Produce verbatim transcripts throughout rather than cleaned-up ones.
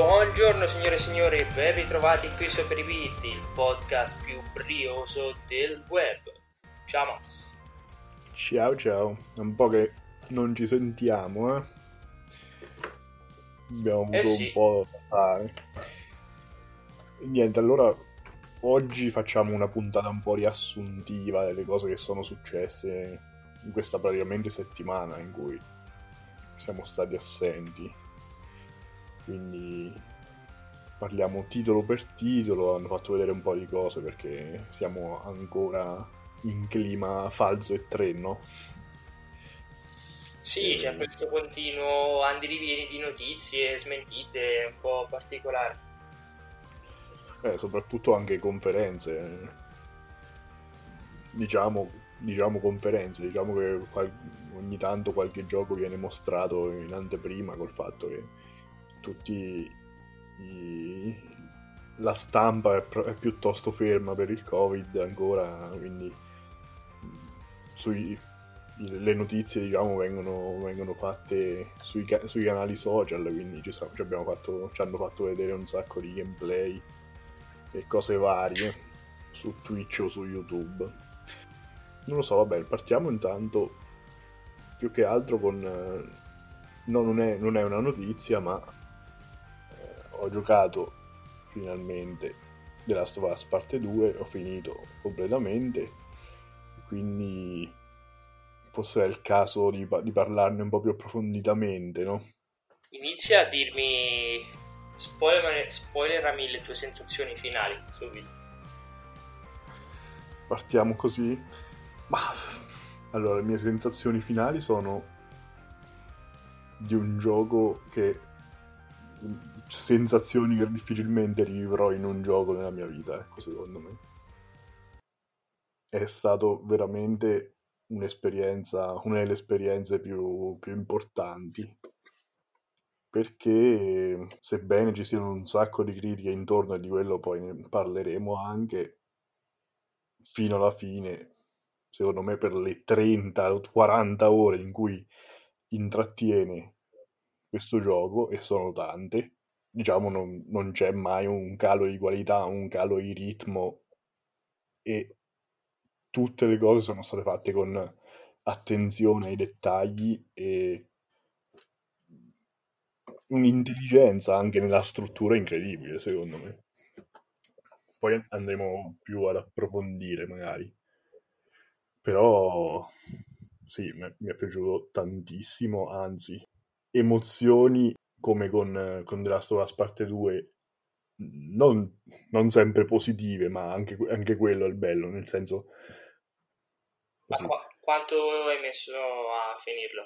Buongiorno signore e signori, ben ritrovati qui su Per i Beat, il podcast più brioso del web. Ciao Max. Ciao ciao, è un po' che non ci sentiamo, eh? Abbiamo avuto Eh sì. un po' da fare. Niente, allora oggi facciamo una puntata un po' riassuntiva delle cose che sono successe in questa praticamente settimana in cui siamo stati assenti. Quindi parliamo titolo per titolo, hanno fatto vedere un po' di cose perché siamo ancora in clima falso e treno. Sì, E... c'è questo continuo andirivieni di notizie, smentite un po' particolari. Eh, soprattutto anche conferenze, diciamo, diciamo conferenze, diciamo che qual- ogni tanto qualche gioco viene mostrato in anteprima col fatto che tutti i- la stampa è, pro- è piuttosto ferma per il Covid ancora, quindi sui, il- le notizie diciamo vengono, vengono fatte sui, ca- sui canali social, quindi ci, so- ci abbiamo fatto, ci hanno fatto vedere un sacco di gameplay e cose varie su Twitch o su YouTube. Non lo so, vabbè, partiamo intanto più che altro con... eh, no, non è, non è una notizia, ma eh, ho giocato finalmente The Last of Us parte due, ho finito completamente, quindi forse è il caso di, pa- di parlarne un po' più approfonditamente, no? Inizia a dirmi, spoiler, spoilerami le tue sensazioni finali, subito. Partiamo così. Ma allora, le mie sensazioni finali sono di un gioco che sensazioni che difficilmente rivivrò in un gioco nella mia vita, ecco, secondo me. È stato veramente un'esperienza, una delle esperienze più, più importanti, perché sebbene ci siano un sacco di critiche intorno e di quello poi ne parleremo anche, fino alla fine, secondo me per le trenta o quaranta ore in cui intrattiene questo gioco, e sono tante, diciamo non, non c'è mai un calo di qualità, un calo di ritmo e tutte le cose sono state fatte con attenzione ai dettagli e un'intelligenza anche nella struttura incredibile, secondo me. Poi andremo più ad approfondire magari. Però sì, mi è, mi è piaciuto tantissimo, anzi, emozioni come con, con The Last of Us Parte due, non, non sempre positive, ma anche, anche quello è il bello, nel senso Ma così. qua- quanto hai messo a finirlo?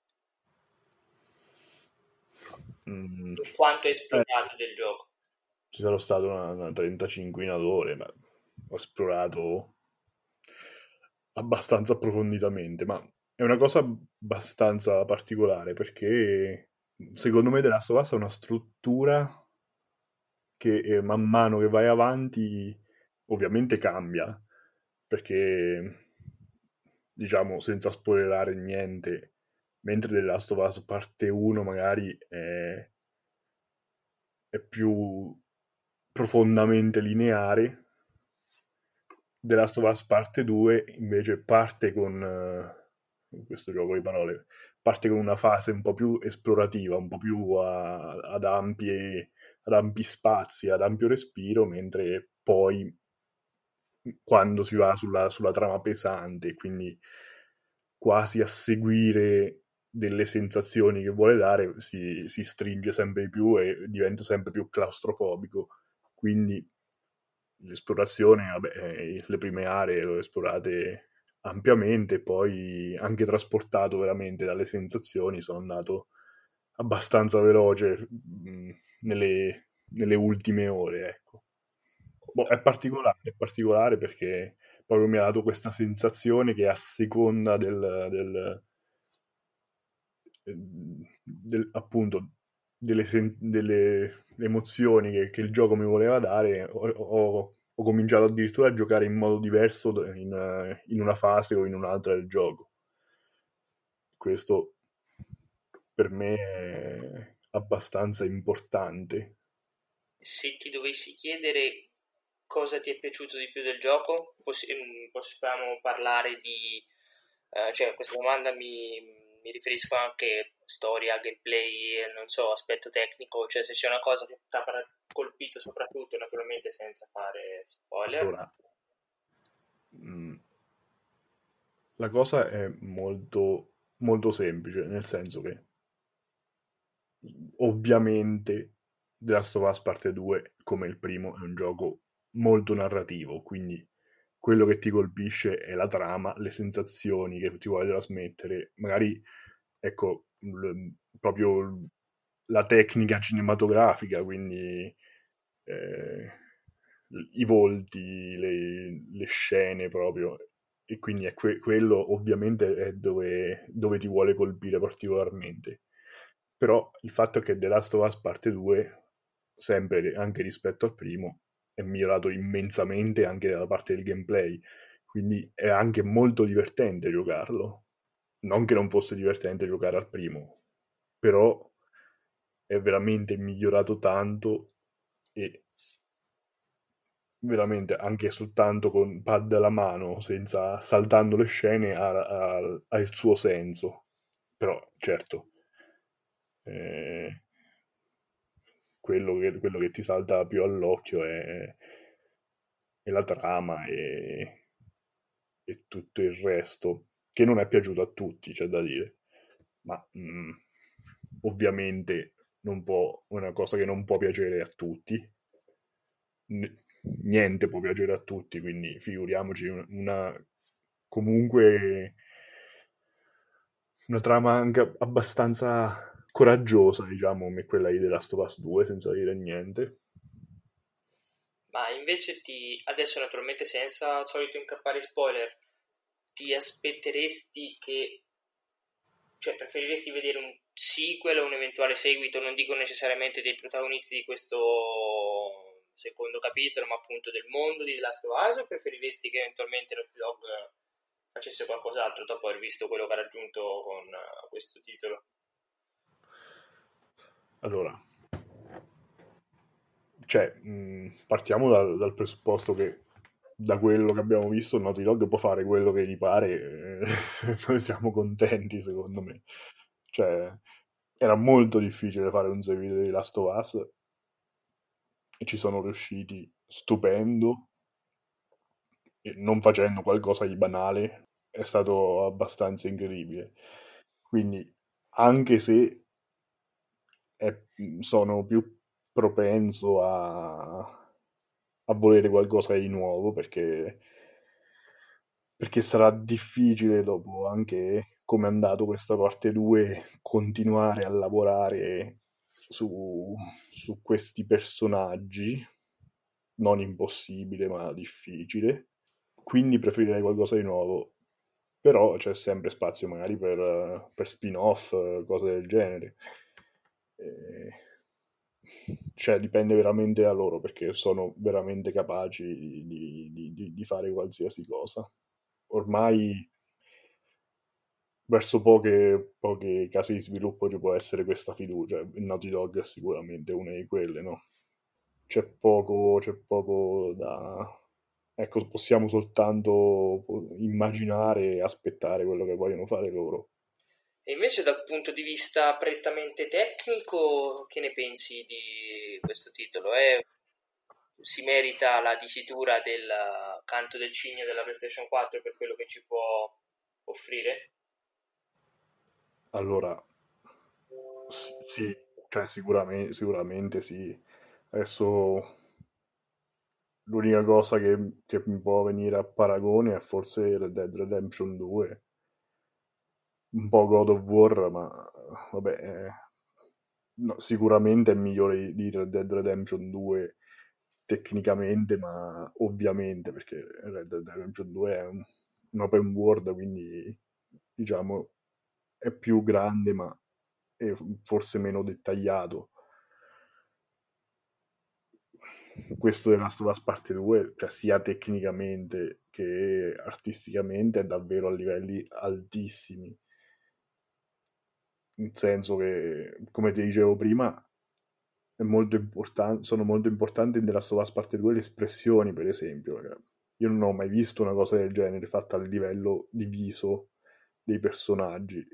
Mm, Quanto hai eh, esplorato del gioco? ci sarò stato una, una trentacinquina d'ore, ma ho esplorato abbastanza approfonditamente, ma è una cosa abbastanza particolare perché secondo me The Last of Us ha una struttura che eh, man mano che vai avanti ovviamente cambia, perché diciamo senza spoilerare niente, mentre The Last of Us parte uno magari è, è più profondamente lineare, The Last of Us parte due invece parte con eh, questo gioco di parole, parte con una fase un po' più esplorativa, un po' più a- ad ampie, ad ampi spazi, ad ampio respiro, mentre poi quando si va sulla, sulla trama pesante, quindi quasi a seguire delle sensazioni che vuole dare, si, si stringe sempre di più e diventa sempre più claustrofobico. Quindi l'esplorazione, vabbè, eh, le prime aree le ho esplorate ampiamente, poi anche trasportato veramente dalle sensazioni, sono andato abbastanza veloce mh, nelle, nelle ultime ore, ecco. Boh, è particolare, è particolare perché proprio mi ha dato questa sensazione che a seconda del, del- del- appunto delle, sen- delle emozioni che, che il gioco mi voleva dare, ho, ho- ho cominciato addirittura a giocare in modo diverso in, eh, in una fase o in un'altra del gioco. Questo per me è abbastanza importante. se ti dovessi chiedere cosa ti è piaciuto di più del gioco, poss- ehm, possiamo parlare di... eh, cioè, questa domanda mi, mi riferisco anche storia, gameplay, eh, non so, aspetto tecnico, cioè se c'è una cosa che ti ha para- colpito soprattutto, naturalmente senza fare spoiler. Allora, mh, la cosa è molto, molto semplice, nel senso che ovviamente The Last of Us Parte due, come il primo, è un gioco molto narrativo, quindi quello che ti colpisce è la trama, le sensazioni che ti vuole trasmettere, magari, ecco, l- proprio la tecnica cinematografica, quindi eh, i volti, le, le scene proprio, e quindi è que- quello ovviamente è dove, dove ti vuole colpire particolarmente. Però il fatto è che The Last of Us Parte due, sempre anche rispetto al primo, è migliorato immensamente anche dalla parte del gameplay, quindi è anche molto divertente giocarlo. Non che non fosse divertente giocare al primo, però è veramente migliorato tanto e veramente anche soltanto con pad alla mano, senza saltando le scene, ha, ha- ha il suo senso. Però, certo, eh, quello che, quello che ti salta più all'occhio è, è la trama e, e tutto il resto, che non è piaciuto a tutti, c'è da dire. Ma mm, ovviamente non può, è una cosa che non può piacere a tutti. N- niente può piacere a tutti, quindi figuriamoci una, una- comunque una trama anche abbastanza coraggiosa, diciamo, come quella di The Last of Us due, senza dire niente. Ma invece ti, adesso naturalmente senza al solito incappare in spoiler, ti aspetteresti che, cioè preferiresti vedere un sequel o un eventuale seguito, non dico necessariamente dei protagonisti di questo secondo capitolo, ma appunto del mondo di The Last of Us, o preferiresti che eventualmente Naughty Dog facesse qualcos'altro dopo aver visto quello che ha raggiunto con uh, questo titolo? Allora, cioè, mh, partiamo dal, dal presupposto che da quello che abbiamo visto Naughty Dog può fare quello che gli pare, e noi siamo contenti, secondo me. Cioè, era molto difficile fare un seguito di Last of Us e ci sono riusciti stupendo, e non facendo qualcosa di banale, è stato abbastanza incredibile. Quindi, anche se è- sono più propenso a, a volere qualcosa di nuovo, perché, perché sarà difficile dopo, anche come è andato questa parte due, continuare a lavorare su, su questi personaggi. Non impossibile, ma difficile. Quindi preferirei qualcosa di nuovo. Però c'è sempre spazio magari per, eh, per spin-off, eh, cose del genere. Eh, cioè, dipende veramente da loro, perché sono veramente capaci di, di- di- di fare qualsiasi cosa. Ormai, verso poche, poche case di sviluppo ci può essere questa fiducia. Il Naughty Dog è sicuramente una di quelle, no? C'è poco, c'è poco da... Ecco, possiamo soltanto immaginare e aspettare quello che vogliono fare loro. E invece dal punto di vista prettamente tecnico, che ne pensi di questo titolo? È- si merita la dicitura del canto del cigno della PlayStation quattro per quello che ci può offrire? Allora, s- sì, cioè sicuramente, sicuramente sì. Adesso l'unica cosa che, che mi può venire a paragone è forse Red Dead Redemption due, un po' God of War, ma vabbè, eh, no, sicuramente è migliore di Red Dead Redemption due tecnicamente, ma ovviamente perché Red Dead Redemption due è un, un open world, quindi diciamo è più grande, ma è forse meno dettagliato. Questo The Last of Us Parte due, cioè sia tecnicamente che artisticamente, è davvero a livelli altissimi. Nel senso che, come ti dicevo prima, è molto importan- sono molto importanti nella Last of Us Parte due le espressioni, per esempio. eh. Io non ho mai visto una cosa del genere fatta a livello di viso dei personaggi.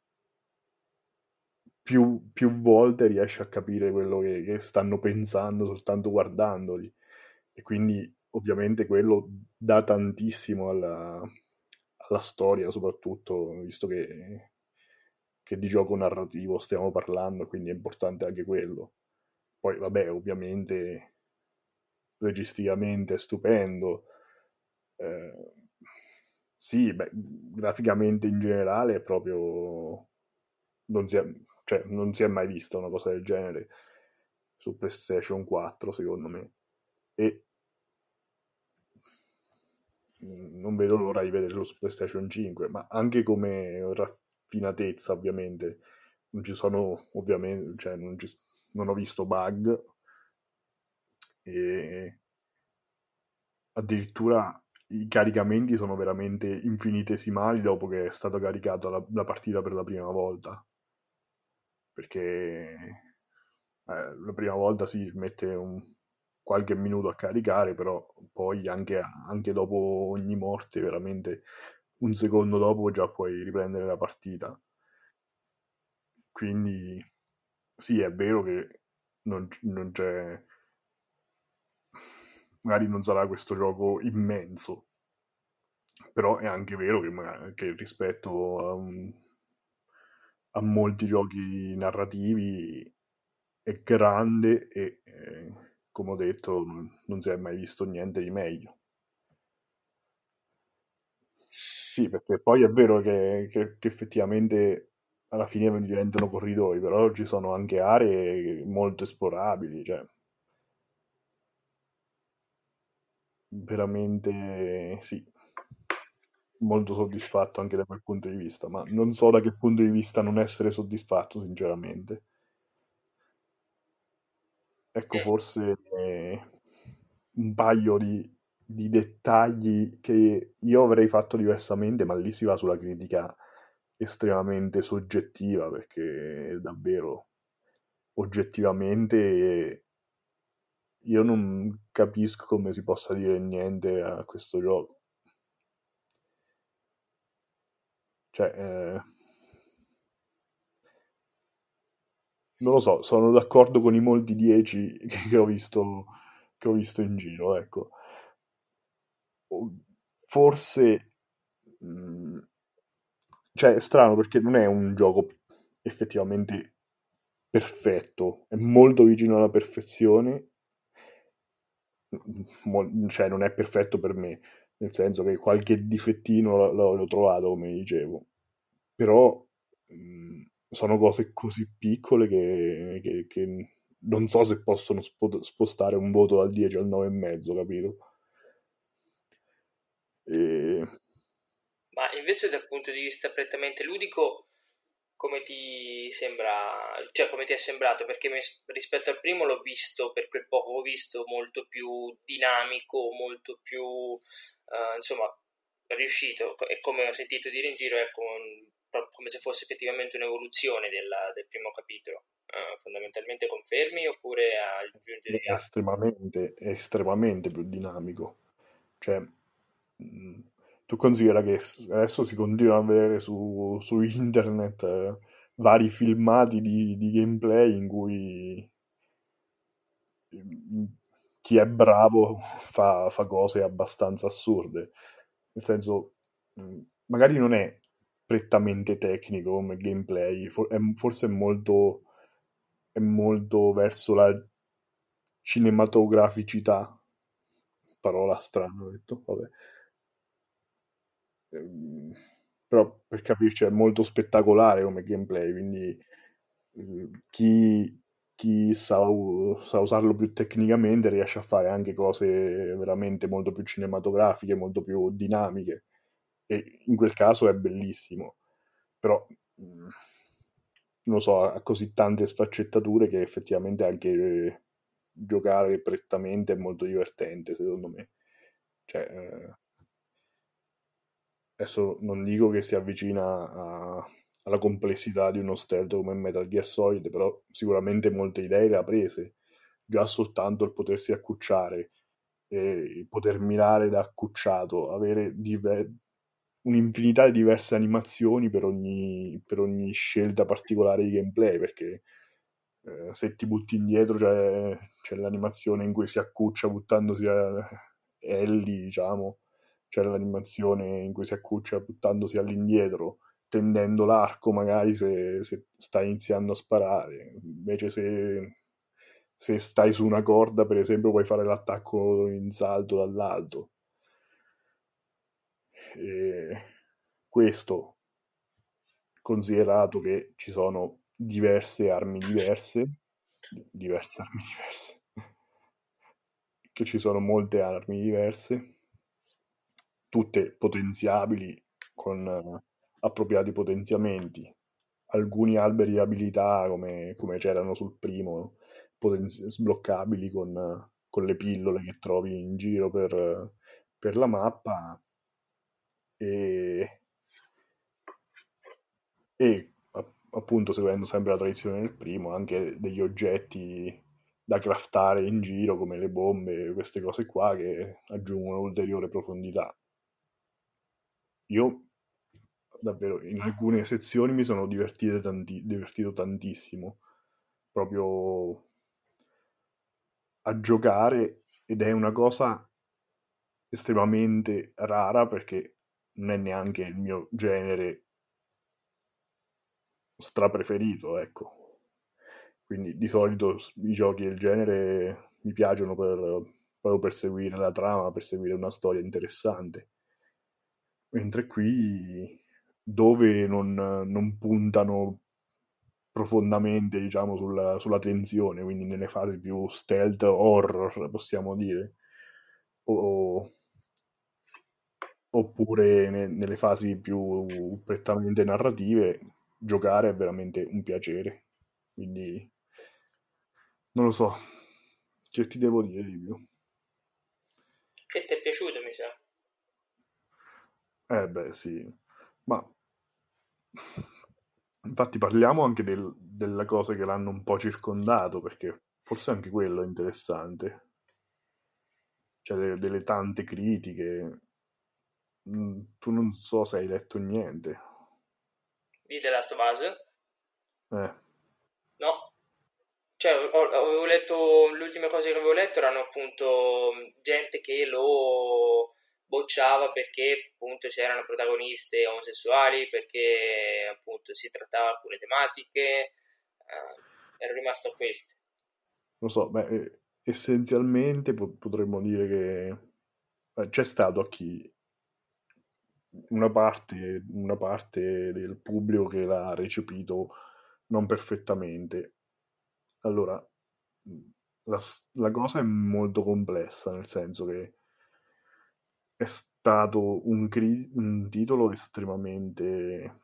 Più, più volte riesci a capire quello che, che stanno pensando soltanto guardandoli. E quindi ovviamente quello dà tantissimo alla, alla storia, soprattutto visto che, che di gioco narrativo stiamo parlando, quindi è importante anche quello. Poi, vabbè, ovviamente registicamente è stupendo. Eh, sì, beh, graficamente in generale è proprio... Non si è, cioè, non si è mai vista una cosa del genere su PlayStation quattro, secondo me. E mm, non vedo l'ora di vederlo su PlayStation cinque, ma anche come raffinatezza, ovviamente. Non ci sono, ovviamente, cioè, non, ci- non ho visto bug e addirittura i caricamenti sono veramente infinitesimali dopo che è stata caricata la, la partita per la prima volta. Perché eh, la prima volta si mette un, qualche minuto a caricare, però poi anche, anche dopo ogni morte, veramente un secondo dopo già puoi riprendere la partita. Quindi sì, è vero che non, non c'è, magari non sarà questo gioco immenso, però è anche vero che, magari- che rispetto a, un- a molti giochi narrativi è grande e, eh, come ho detto, non, non si è mai visto niente di meglio. Sì, perché poi è vero che, che- che effettivamente alla fine diventano corridoi, però ci sono anche aree molto esplorabili, cioè veramente sì, molto soddisfatto anche da quel punto di vista, ma non so da che punto di vista non essere soddisfatto, sinceramente. Ecco, Mm. forse eh, un paio di, di dettagli che io avrei fatto diversamente, ma lì si va sulla critica estremamente soggettiva, perché davvero, oggettivamente, io non capisco come si possa dire niente a questo gioco. Cioè, eh, non lo so, sono d'accordo con i molti dieci che ho visto, che ho visto in giro, ecco. O- Forse, mh, cioè, è strano perché non è un gioco effettivamente perfetto, è molto vicino alla perfezione, mo- cioè non è perfetto per me, nel senso che qualche difettino l- l- l'ho trovato, come dicevo, però mh, sono cose così piccole che, che- che non so se possono spo- spostare un voto dal dieci al nove e mezzo, capito? E... Ma invece dal punto di vista prettamente ludico, come ti sembra, cioè come ti è sembrato? Perché mi- rispetto al primo l'ho visto, per quel poco che ho visto, molto più dinamico, molto più, eh, insomma, riuscito. E come ho sentito dire in giro, è con- proprio come se fosse effettivamente un'evoluzione della- del primo capitolo. Eh, fondamentalmente confermi oppure aggiungere È altro? estremamente, è estremamente più dinamico. Cioè, mh, tu considera che s- adesso si continuano a vedere su, su internet eh, vari filmati di, di gameplay in cui mh, chi è bravo fa, fa cose abbastanza assurde. Nel senso, mh, magari non è prettamente tecnico come gameplay, for- è- forse è molto, è molto verso la cinematograficità, parola strana, ho detto, vabbè. Ehm, Però per capirci è molto spettacolare come gameplay, quindi eh, chi, chi sa, u- sa usarlo più tecnicamente riesce a fare anche cose veramente molto più cinematografiche, molto più dinamiche, e in quel caso è bellissimo, però mh, non lo so, ha così tante sfaccettature che effettivamente anche eh, giocare prettamente è molto divertente, secondo me. Cioè, eh, adesso non dico che si avvicina a, alla complessità di uno stealth come Metal Gear Solid, però sicuramente molte idee le ha prese, già soltanto il potersi accucciare, eh, poter mirare da accucciato, avere diver- un'infinità di diverse animazioni per ogni, per ogni scelta particolare di gameplay, perché eh, se ti butti indietro c'è, c'è l'animazione in cui si accuccia buttandosi a Ellie, diciamo, c'è l'animazione in cui si accuccia buttandosi all'indietro, tendendo l'arco magari se, se stai iniziando a sparare. Invece se, se stai su una corda, per esempio, puoi fare l'attacco in salto dall'alto. E questo considerato che ci sono diverse armi diverse, diverse armi diverse, che ci sono molte armi diverse, tutte potenziabili con eh, appropriati potenziamenti, alcuni alberi di abilità come, come c'erano sul primo, potenzi- sbloccabili con, eh, con le pillole che trovi in giro per, eh, per la mappa e, e a- appunto seguendo sempre la tradizione del primo, anche degli oggetti da craftare in giro come le bombe, queste cose qua che aggiungono ulteriore profondità. Io davvero in alcune sezioni mi sono divertite tanti- divertito tantissimo proprio a giocare ed è una cosa estremamente rara perché non è neanche il mio genere strapreferito, ecco. Quindi di solito s- i giochi del genere mi piacciono per, proprio per seguire la trama, per seguire una storia interessante. Mentre qui, dove non, non puntano profondamente, diciamo, sulla, sulla tensione, quindi nelle fasi più stealth horror, possiamo dire, o, oppure ne- nelle fasi più prettamente narrative, giocare è veramente un piacere. Quindi non lo so, che ti devo dire di più? Che ti è piaciuto, mi sa. Eh beh, sì, ma infatti parliamo anche del- delle cose che l'hanno un po' circondato, perché forse anche quello è interessante. Cioè, delle, delle tante critiche. Mm, tu non so se hai letto niente. Di The Last of Us? Eh, No. Cioè, ho- avevo letto, le ultime cose che avevo letto erano appunto gente che lo bocciava perché appunto c'erano protagoniste omosessuali, perché appunto si trattava alcune tematiche, eh, ero rimasto a queste. non so, beh, eh, essenzialmente po- potremmo dire che eh, c'è stato a chi una parte, una parte del pubblico che l'ha recepito non perfettamente. Allora, mh, la, s- la cosa è molto complessa, nel senso che è stato un, cri- un titolo estremamente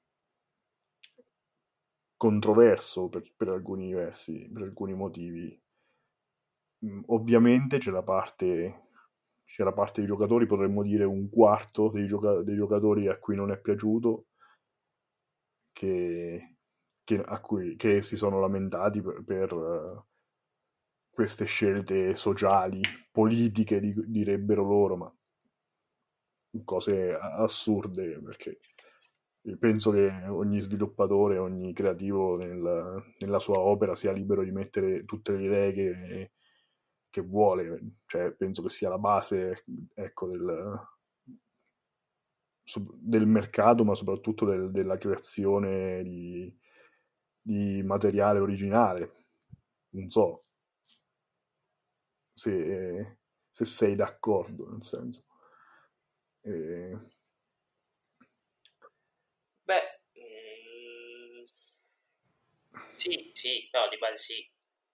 controverso per, per alcuni versi, per alcuni motivi. Mm, Ovviamente c'è la parte, c'è la parte dei giocatori, potremmo dire un quarto dei, gioca- dei giocatori a cui non è piaciuto, che, che- a cui, che si sono lamentati per, per, eh, queste scelte sociali, politiche, di- direbbero loro, ma cose a- assurde, perché penso che ogni sviluppatore, ogni creativo nel- nella sua opera sia libero di mettere tutte le idee che, che vuole, cioè penso che sia la base, ecco, del, so- del mercato, ma soprattutto del- della creazione di, di materiale originale. Non so se, se sei d'accordo, nel senso. Eh, Beh, mm, sì, sì, no, di base sì.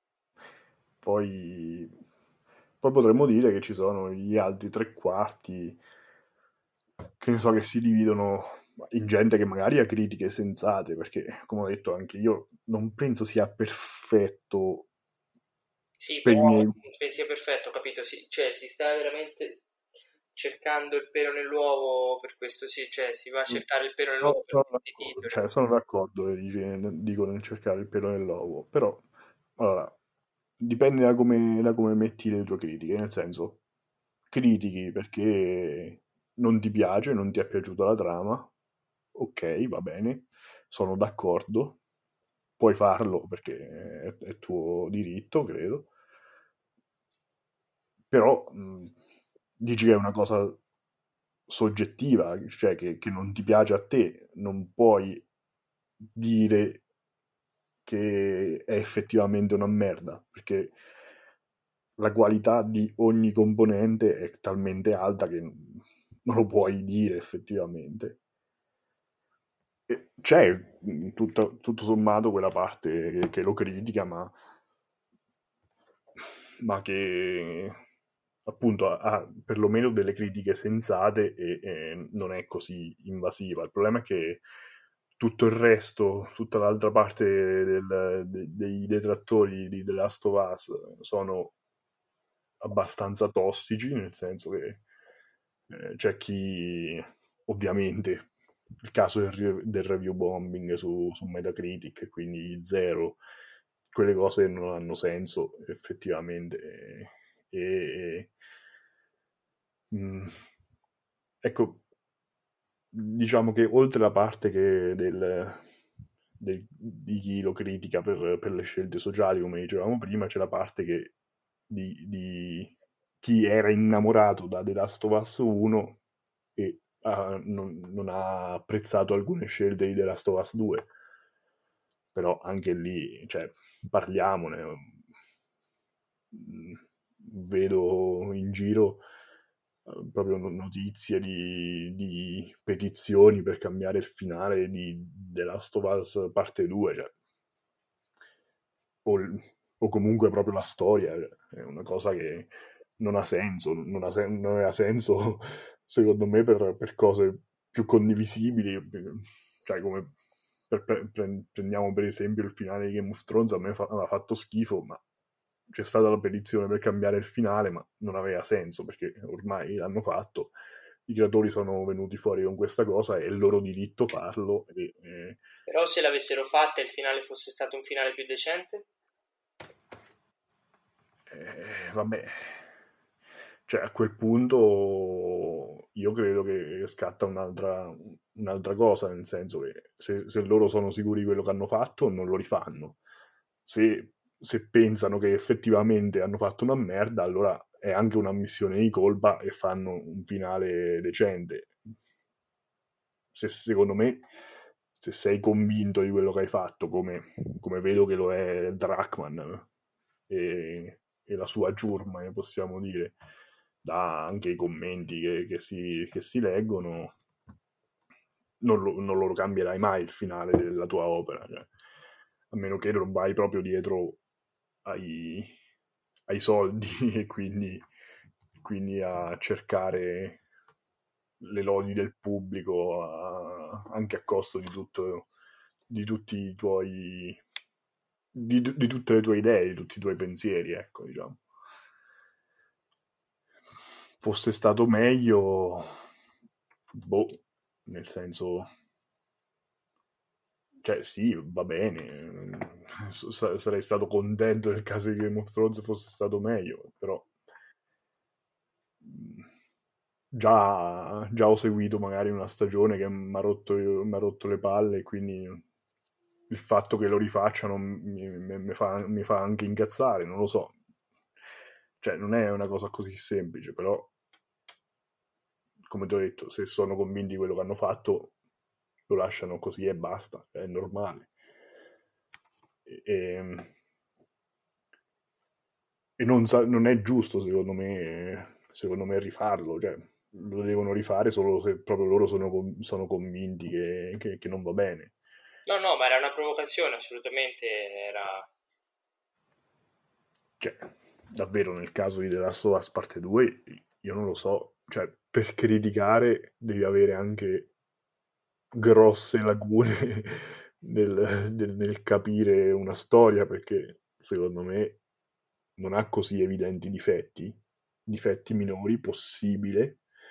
poi, poi potremmo dire che ci sono gli altri tre quarti, che ne so, che si dividono in gente che magari ha critiche sensate, perché, come ho detto anche io, non penso sia perfetto Sì, per però i miei. pensi sia perfetto, ho capito, sì, cioè si sta veramente cercando il pelo nell'uovo, per questo sì, cioè si va a cercare il pelo No, nell'uovo per sono questi d'accordo, titoli. cioè, sono d'accordo che dici- dicono nel cercare il pelo nell'uovo, però allora, dipende da come, da come metti le tue critiche, nel senso, critichi perché non ti piace, non ti è piaciuta la trama, ok, va bene, sono d'accordo, puoi farlo perché è, è tuo diritto, credo, però mh, dici che è una cosa soggettiva, cioè che, che non ti piace a te, non puoi dire che è effettivamente una merda, perché la qualità di ogni componente è talmente alta che non lo puoi dire effettivamente. E c'è mh, tutto, tutto sommato quella parte che, che lo critica, ma, ma che appunto ha, ha perlomeno delle critiche sensate e, e non è così invasiva. Il problema è che tutto il resto, tutta l'altra parte del- de- dei detrattori di The Last of Us sono abbastanza tossici, nel senso che eh, c'è chi, ovviamente, il caso del, re- del review bombing su, su Metacritic, quindi zero, quelle cose non hanno senso effettivamente. E, e- mm, ecco, diciamo che oltre la parte che del, del- di chi lo critica per, per le scelte sociali, come dicevamo prima, c'è la parte che di, di chi era innamorato da The Last of Us uno e ha- non, non ha apprezzato alcune scelte di The Last of Us due. Però anche lì, cioè, parliamone. Mm, Vedo in giro eh, proprio no- notizie di, di petizioni per cambiare il finale di The Last of Us parte due, cioè, o, il- o comunque proprio la storia, cioè, è una cosa che non ha senso, non ha, sen- non aveva senso secondo me per, per cose più condivisibili, cioè come per- per- pre- prendiamo per esempio il finale di Game of Thrones, a me fa- aveva fatto schifo, ma c'è stata la petizione per cambiare il finale, ma non aveva senso perché ormai l'hanno fatto, i creatori sono venuti fuori con questa cosa, è il loro diritto farlo. E, e- Però se l'avessero fatta e il finale fosse stato un finale più decente, Eh, vabbè, cioè a quel punto io credo che scatta un'altra, un'altra cosa, nel senso che se, se loro sono sicuri di quello che hanno fatto, non lo rifanno. Se, se pensano che effettivamente hanno fatto una merda, allora è anche un'ammissione di colpa e fanno un finale decente. Se secondo me, se sei convinto di quello che hai fatto, come, come vedo che lo è Drachman e, e la sua ciurma, ne possiamo dire, da anche i commenti che, che si, che si leggono, non lo, non lo cambierai mai il finale della tua opera, cioè, a meno che non vai proprio dietro ai, ai soldi e quindi, quindi a cercare le lodi del pubblico a- anche a costo di tutto, di tutti i tuoi, di, di tutte le tue idee, di tutti i tuoi pensieri, ecco, diciamo. Fosse stato meglio, boh, nel senso, cioè sì, va bene, s- sarei stato contento nel caso di Game of Thrones fosse stato meglio, però mh, già, già ho seguito magari una stagione che mi ha rotto, m'ha rotto le palle, quindi il fatto che lo rifacciano mi, mi- mi fa, mi fa anche incazzare, non lo so. Cioè, non è una cosa così semplice, però, come ti ho detto, se sono convinti di quello che hanno fatto, lo lasciano così e basta, è normale. E, e- e non, sa- non è giusto, secondo me, secondo me, rifarlo, cioè, lo devono rifare solo se proprio loro sono, con- sono convinti che, che- che non va bene. no, no, ma era una provocazione, assolutamente era. Cioè, davvero, nel caso di The Last of Us parte due, io non lo so, cioè, per criticare devi avere anche grosse lacune nel, nel- nel capire una storia, perché secondo me non ha così evidenti difetti, difetti minori, possibile,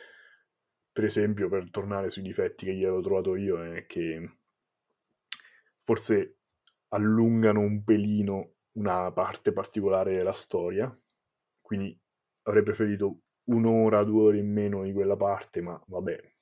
per esempio, per tornare sui difetti che gli avevo trovato io, è che forse allungano un pelino una parte particolare della storia, quindi avrei preferito un'ora, due ore in meno di quella parte, ma vabbè,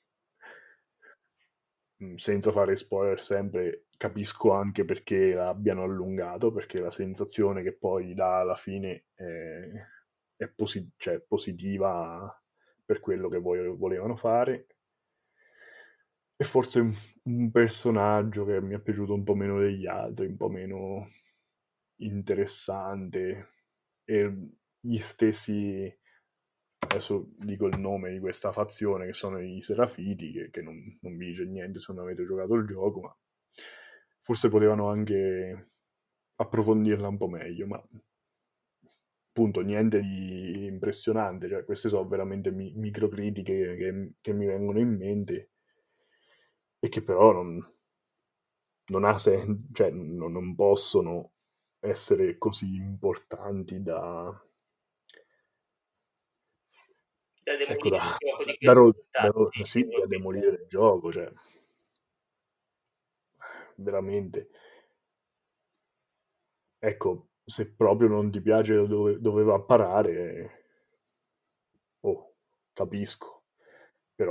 mm, senza fare spoiler sempre, capisco anche perché l'abbiano allungato, perché la sensazione che poi dà alla fine è, è posi- cioè, positiva per quello che vo- volevano fare. E forse un, un personaggio che mi è piaciuto un po' meno degli altri, un po' meno interessante, e gli stessi, adesso dico il nome di questa fazione, che sono i Serafiti, che, che non, non vi dice niente se non avete giocato il gioco, ma forse potevano anche approfondirla un po' meglio, ma appunto niente di impressionante, cioè queste sono veramente mi- microcritiche che, che mi vengono in mente e che però non, non ha sen- cioè, non, non possono essere così importanti da, Da ecco, demolire da, un gioco di da, questa ro- portata, da ro- sì, sì, da demolire il gioco, cioè, veramente. Ecco, se proprio non ti piace dove, dove va a parare, oh, capisco, però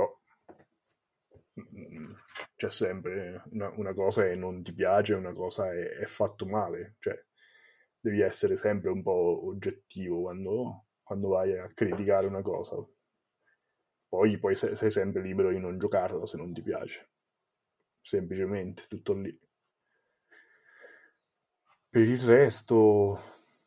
mm, c'è sempre una, una cosa che non ti piace, una cosa è, è fatto male, cioè devi essere sempre un po' oggettivo quando, quando vai a criticare una cosa. Poi, poi sei, sei sempre libero di non giocarla se non ti piace, semplicemente, tutto lì. Per il resto,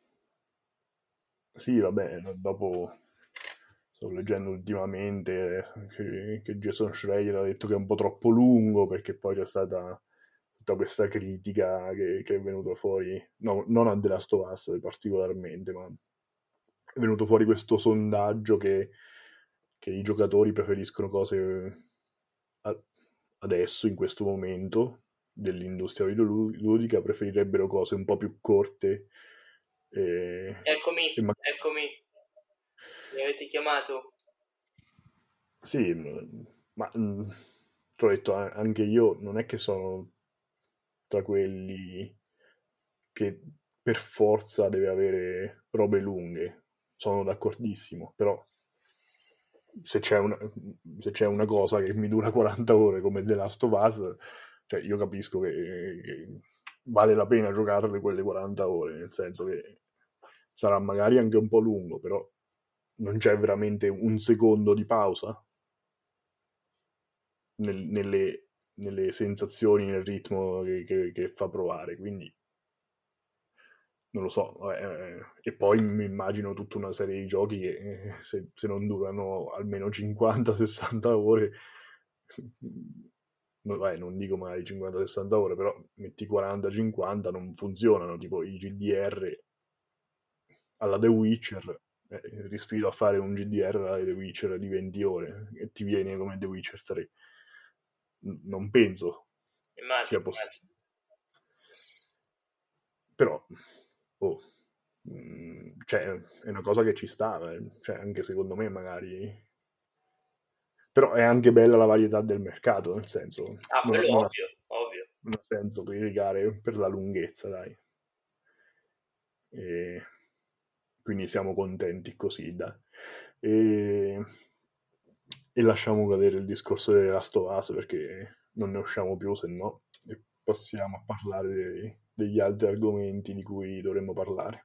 sì, vabbè, dopo sto leggendo ultimamente che, che Jason Schreier ha detto che è un po' troppo lungo perché poi c'è stata tutta questa critica che, che è venuta fuori, no, non a The Last of Us particolarmente, ma è venuto fuori questo sondaggio che, che i giocatori preferiscono cose a- adesso, in questo momento dell'industria videoludica, preferirebbero cose un po' più corte e, Eccomi, e ma- eccomi, mi avete chiamato? sì, m- ma mm, te l'ho detto, a- anche io non è che sono tra quelli che per forza deve avere robe lunghe, sono d'accordissimo, però se c'è una, se c'è una cosa che mi dura quaranta ore come The Last of Us, cioè io capisco che, che vale la pena giocarle quelle quaranta ore, nel senso che sarà magari anche un po' lungo, però non c'è veramente un secondo di pausa nel- nelle, nelle sensazioni, nel ritmo che, che- che fa provare, quindi non lo so. Eh, e poi mi immagino tutta una serie di giochi che eh, se, se non durano almeno cinquanta sessanta ore, no, vai, non dico magari cinquanta sessanta ore, però metti quaranta cinquanta non funzionano, tipo i G D R alla The Witcher, eh, ti sfido a fare un G D R alla The Witcher di venti ore e ti viene come The Witcher tre. N- non penso sia Immagino, immagino. possibile. Però, oh, mm, cioè, è una cosa che ci sta, eh, cioè, anche secondo me magari. Però è anche bella la varietà del mercato, nel senso, Ah, non, quello non ha, ovvio, ovvio. non ha senso criticare per la lunghezza, dai. E quindi siamo contenti così, dai. E, e lasciamo cadere il discorso delle Last of Us perché non ne usciamo più, se no, e passiamo a parlare dei- degli altri argomenti di cui dovremmo parlare.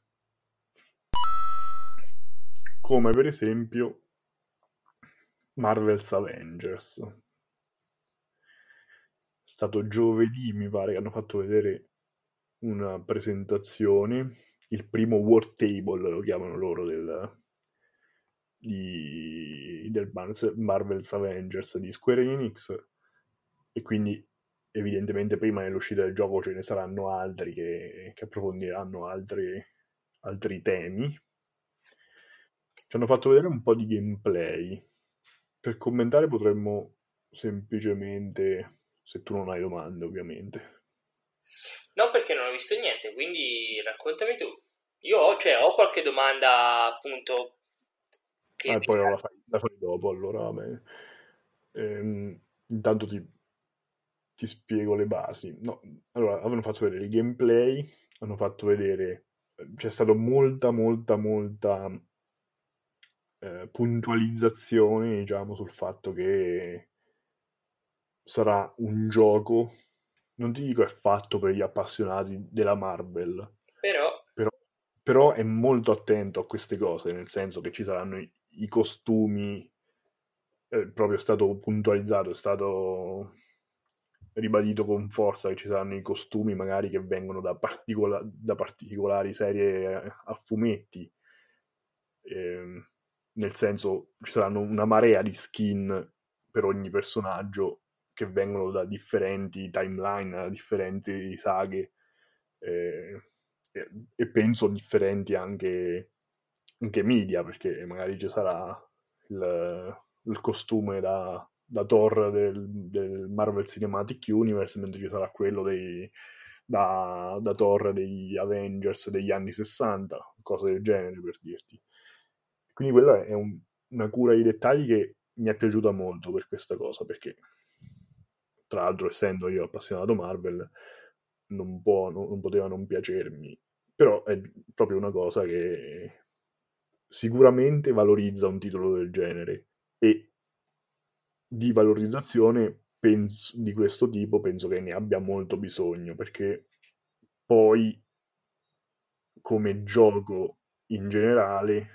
Come per esempio Marvel's Avengers. È stato giovedì, mi pare, che hanno fatto vedere una presentazione, il primo War Table, lo chiamano loro, del, di- del Marvel's Marvel's Avengers di Square Enix, e quindi evidentemente prima dell'uscita del gioco ce ne saranno altri che, che approfondiranno altri, altri temi. Ci hanno fatto vedere un po' di gameplay. Per commentare potremmo semplicemente, se tu non hai domande ovviamente. No, perché non ho visto niente, quindi raccontami tu. Io ho, cioè, ho qualche domanda, appunto, che Ah, e poi la diciamo. fai, la fai dopo, allora. Vabbè. Ehm, intanto ti, ti spiego le basi. No, allora, avevano fatto vedere il gameplay, hanno fatto vedere, c'è stata molta, molta, molta eh, puntualizzazione, diciamo, sul fatto che sarà un gioco, non ti dico è fatto per gli appassionati della Marvel, Però, però, però è molto attento a queste cose, nel senso che ci saranno i, i costumi, è proprio stato puntualizzato, è stato ribadito con forza che ci saranno i costumi magari che vengono da, particola- da particolari serie a fumetti, ehm, nel senso ci saranno una marea di skin per ogni personaggio che vengono da differenti timeline, da differenti saghe, eh, e, e penso differenti anche, anche media, perché magari ci sarà il, il costume da, da Thor del, del Marvel Cinematic Universe, mentre ci sarà quello dei, da, da Thor degli Avengers degli anni sessanta, cose del genere per dirti. Quindi quella è un- una cura di dettagli che mi è piaciuta molto per questa cosa, perché tra l'altro essendo io appassionato Marvel non, può, non, non poteva non piacermi, però è proprio una cosa che sicuramente valorizza un titolo del genere e di valorizzazione penso- di questo tipo penso che ne abbia molto bisogno, perché poi come gioco in generale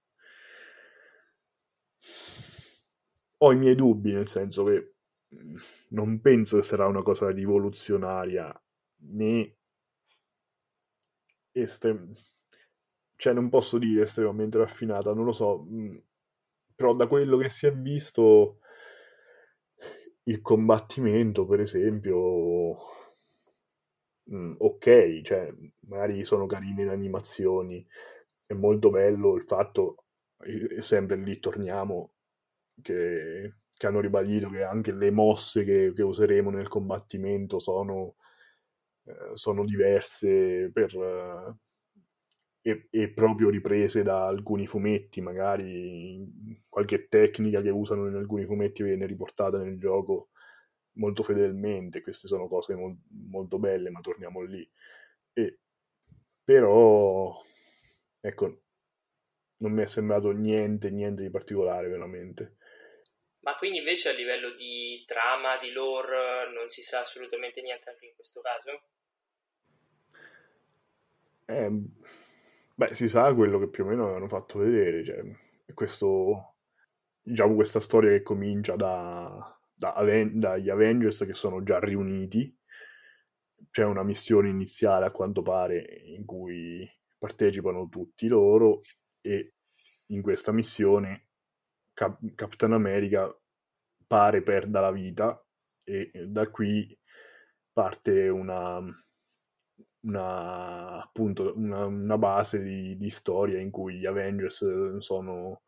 ho i miei dubbi, nel senso che mh, non penso che sarà una cosa rivoluzionaria né estrem- cioè non posso dire estremamente raffinata, non lo so, mh, però da quello che si è visto il combattimento, per esempio, mh, ok, cioè magari sono carine le animazioni, è molto bello il fatto, e sempre lì torniamo, che, che hanno ribadito che anche le mosse che, che useremo nel combattimento sono, eh, sono diverse per, eh, e, e proprio riprese da alcuni fumetti, magari qualche tecnica che usano in alcuni fumetti viene riportata nel gioco molto fedelmente, queste sono cose mol- molto belle, ma torniamo lì. E, però, ecco, non mi è sembrato niente, niente di particolare veramente. ma quindi invece a livello di trama, di lore, non si sa assolutamente niente anche in questo caso? Eh, beh, si sa quello che più o meno avevano fatto vedere, cioè, questo, diciamo, questa storia che comincia da, da Aven- dagli Avengers che sono già riuniti, c'è una missione iniziale a quanto pare in cui partecipano tutti loro e in questa missione Cap- Capitan America pare perda la vita e da qui parte una, una, appunto, una, una base di, di storia in cui gli Avengers sono,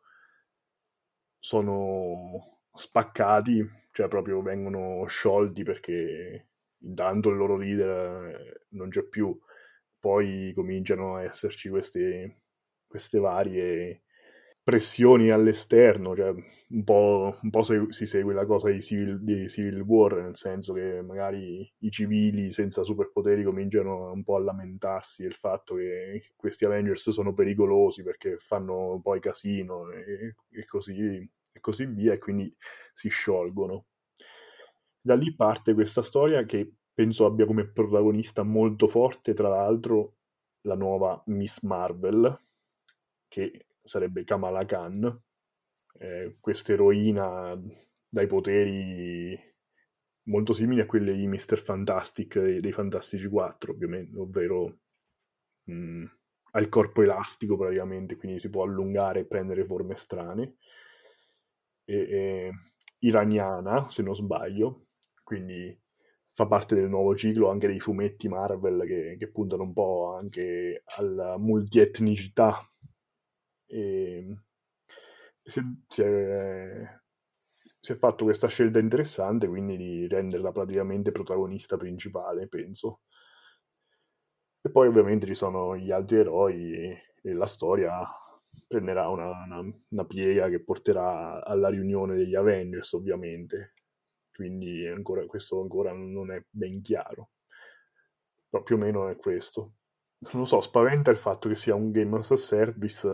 sono spaccati, cioè proprio vengono sciolti perché intanto il loro leader eh, non c'è più, poi cominciano a esserci queste, queste varie pressioni all'esterno, cioè un po', un po' se- si segue la cosa di Civil, di Civil War, nel senso che magari i civili senza superpoteri cominciano un po' a lamentarsi del fatto che questi Avengers sono pericolosi perché fanno poi casino e, e così, e così via, e quindi si sciolgono. Da lì parte questa storia che penso abbia come protagonista molto forte, tra l'altro, la nuova Miss Marvel, che sarebbe Kamala Khan, eh, questa eroina dai poteri molto simili a quelli di mister Fantastic dei, dei Fantastici quattro, ovviamente, ovvero mh, ha il corpo elastico praticamente, quindi si può allungare e prendere forme strane. E, e iraniana, se non sbaglio, quindi fa parte del nuovo ciclo anche dei fumetti Marvel che, che puntano un po' anche alla multietnicità. E si, si è, si è fatto questa scelta interessante, quindi di renderla praticamente protagonista principale, penso. E poi ovviamente ci sono gli altri eroi e, e la storia. prenderà una, una, una piega che porterà alla riunione degli Avengers, ovviamente. Quindi ancora, questo ancora non è ben chiaro. Però più o meno è questo. Non lo so, spaventa il fatto che sia un game as a service.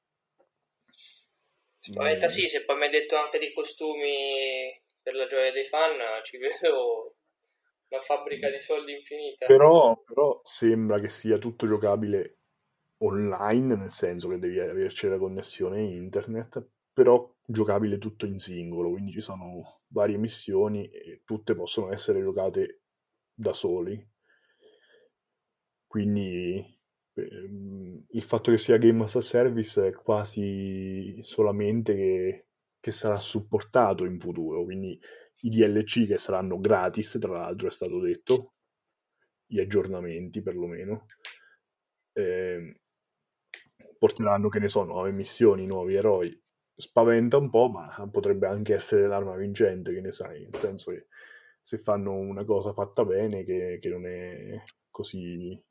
Spaventa Mm, sì, se poi mi hai detto anche dei costumi per la gioia dei fan, ci vedo una fabbrica di soldi infinita. Però, però sembra che sia tutto giocabile online, nel senso che devi averci la connessione internet, però giocabile tutto in singolo, quindi ci sono varie missioni e tutte possono essere giocate da soli. Quindi ehm, il fatto che sia Game as a Service è quasi solamente che, che sarà supportato in futuro, quindi i D L C che saranno gratis, tra l'altro è stato detto, gli aggiornamenti perlomeno, ehm, porteranno, che ne so, nuove missioni, nuovi eroi. Spaventa un po', ma potrebbe anche essere l'arma vincente, che ne sai, nel senso che se fanno una cosa fatta bene, che, che non è così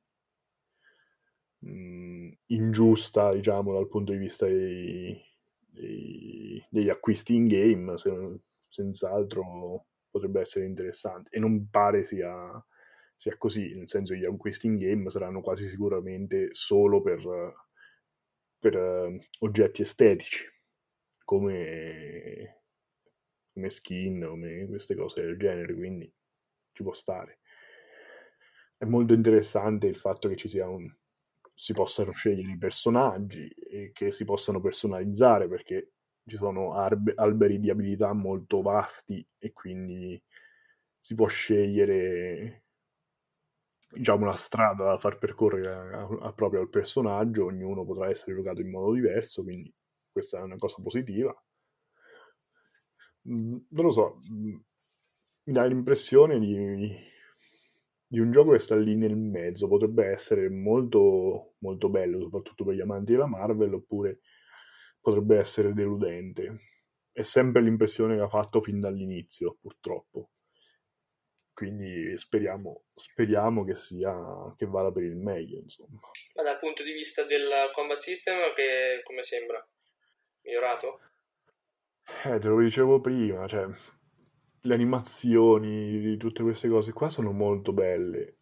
mh, ingiusta, diciamo, dal punto di vista dei, dei- degli acquisti in game, se- senz'altro potrebbe essere interessante. E non pare sia, sia così, nel senso che gli acquisti in game saranno quasi sicuramente solo per, per eh, oggetti estetici, come, come skin, come queste cose del genere, quindi ci può stare. È molto interessante il fatto che ci sia un, si possano scegliere i personaggi e che si possano personalizzare perché ci sono arbe- alberi di abilità molto vasti e quindi si può scegliere diciamo una strada da far percorrere a, a- proprio al personaggio, ognuno potrà essere giocato in modo diverso, quindi questa è una cosa positiva. Mm, non lo so, mm, mi dà l'impressione di, di un gioco che sta lì nel mezzo, potrebbe essere molto, molto bello, soprattutto per gli amanti della Marvel, oppure potrebbe essere deludente. È sempre l'impressione che ha fatto fin dall'inizio, purtroppo. Quindi speriamo, speriamo che sia, che vada per il meglio, insomma. Ma dal punto di vista del combat system, che come sembra? Migliorato? Eh, te lo dicevo prima, cioè, le animazioni di tutte queste cose qua sono molto belle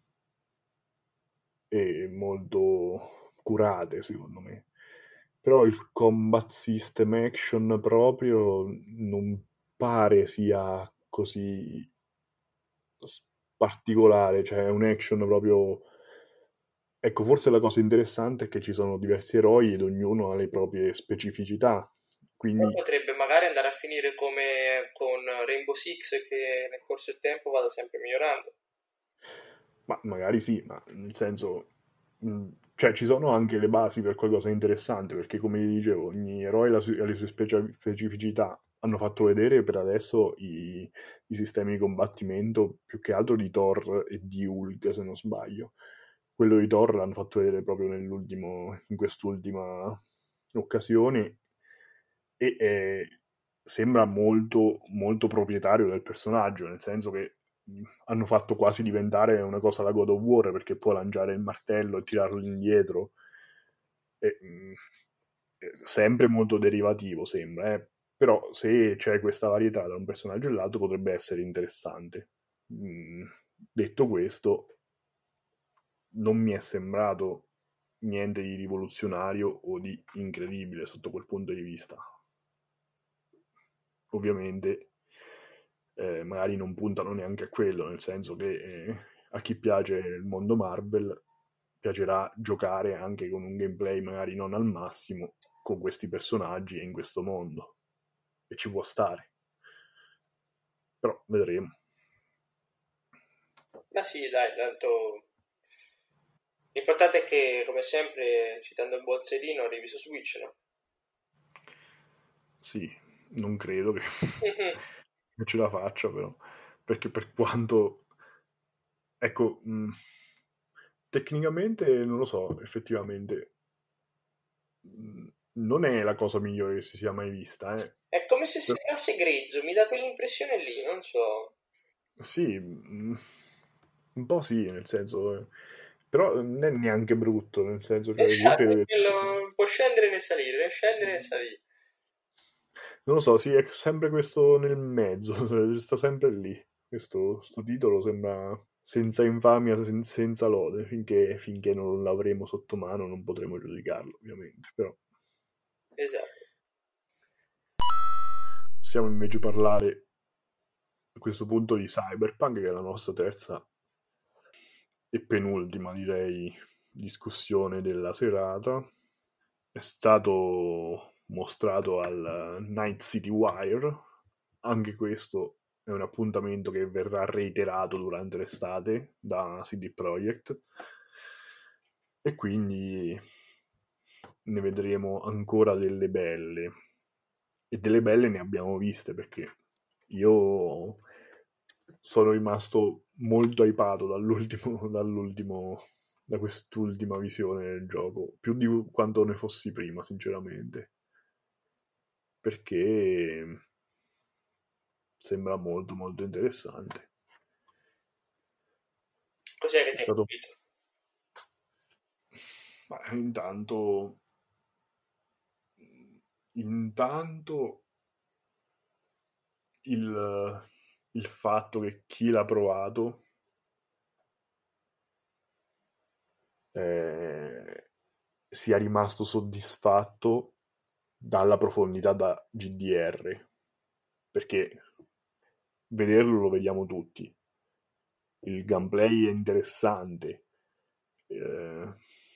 e molto curate, secondo me. Però il combat system action proprio non pare sia così s- particolare, cioè è un action proprio. Ecco, forse la cosa interessante è che ci sono diversi eroi ed ognuno ha le proprie specificità, Poi quindi potrebbe magari andare a finire come con Rainbow Six, che nel corso del tempo vada sempre migliorando. ma magari sì, ma nel senso, mh, cioè ci sono anche le basi per qualcosa di interessante, perché come vi dicevo, ogni eroe ha la su- ha le sue specia- specificità. Hanno fatto vedere per adesso i, i sistemi di combattimento più che altro di Thor e di Hulk, se non sbaglio. Quello di Thor l'hanno fatto vedere proprio nell'ultimo, in quest'ultima occasione e eh, sembra molto, molto proprietario del personaggio, nel senso che mh, hanno fatto quasi diventare una cosa da God of War perché può lanciare il martello e tirarlo indietro. E, mh, è sempre molto derivativo, sembra, eh. Però se c'è questa varietà da un personaggio all'altro potrebbe essere interessante. Mm, detto questo, non mi è sembrato niente di rivoluzionario o di incredibile sotto quel punto di vista. Ovviamente eh, magari non puntano neanche a quello, nel senso che eh, a chi piace il mondo Marvel piacerà giocare anche con un gameplay magari non al massimo con questi personaggi e in questo mondo. E ci può stare. Però vedremo. Ma sì, dai, tanto l'importante è che, come sempre, citando il buon Serino, arrivi su Switch, no? Sì, non credo che, Mhm. che ce la faccia però. Perché per quanto. Ecco, mh, tecnicamente non lo so, effettivamente mh, non è la cosa migliore che si sia mai vista, eh. È come se Però- sembrasse grezzo, mi dà quell'impressione lì, non so. sì, mh, un po' sì, nel senso, eh, Però non è neanche brutto, nel senso che Esatto, è comunque, quello- può scendere né salire, né scendere né salire. non lo so, sì, è sempre questo nel mezzo, sta sempre lì. Questo sto titolo sembra senza infamia, sen- senza lode, finché, finché non l'avremo sotto mano non potremo giudicarlo, ovviamente. Però Esatto. possiamo invece parlare a questo punto di Cyberpunk, che è la nostra terza e penultima, direi, discussione della serata. È stato mostrato al Night City Wire, anche questo è un appuntamento che verrà reiterato durante l'estate da C D Projekt e quindi ne vedremo ancora delle belle e delle belle ne abbiamo viste perché io sono rimasto molto hypato dall'ultimo, dall'ultimo, da quest'ultima visione del gioco, più di quanto ne fossi prima, sinceramente, perché sembra molto molto interessante. Cos'è che È ti ha stato, colpito? ma intanto, intanto il, il fatto che chi l'ha provato eh, sia rimasto soddisfatto dalla profondità da G D R, perché vederlo lo vediamo tutti. Il gameplay è interessante, eh,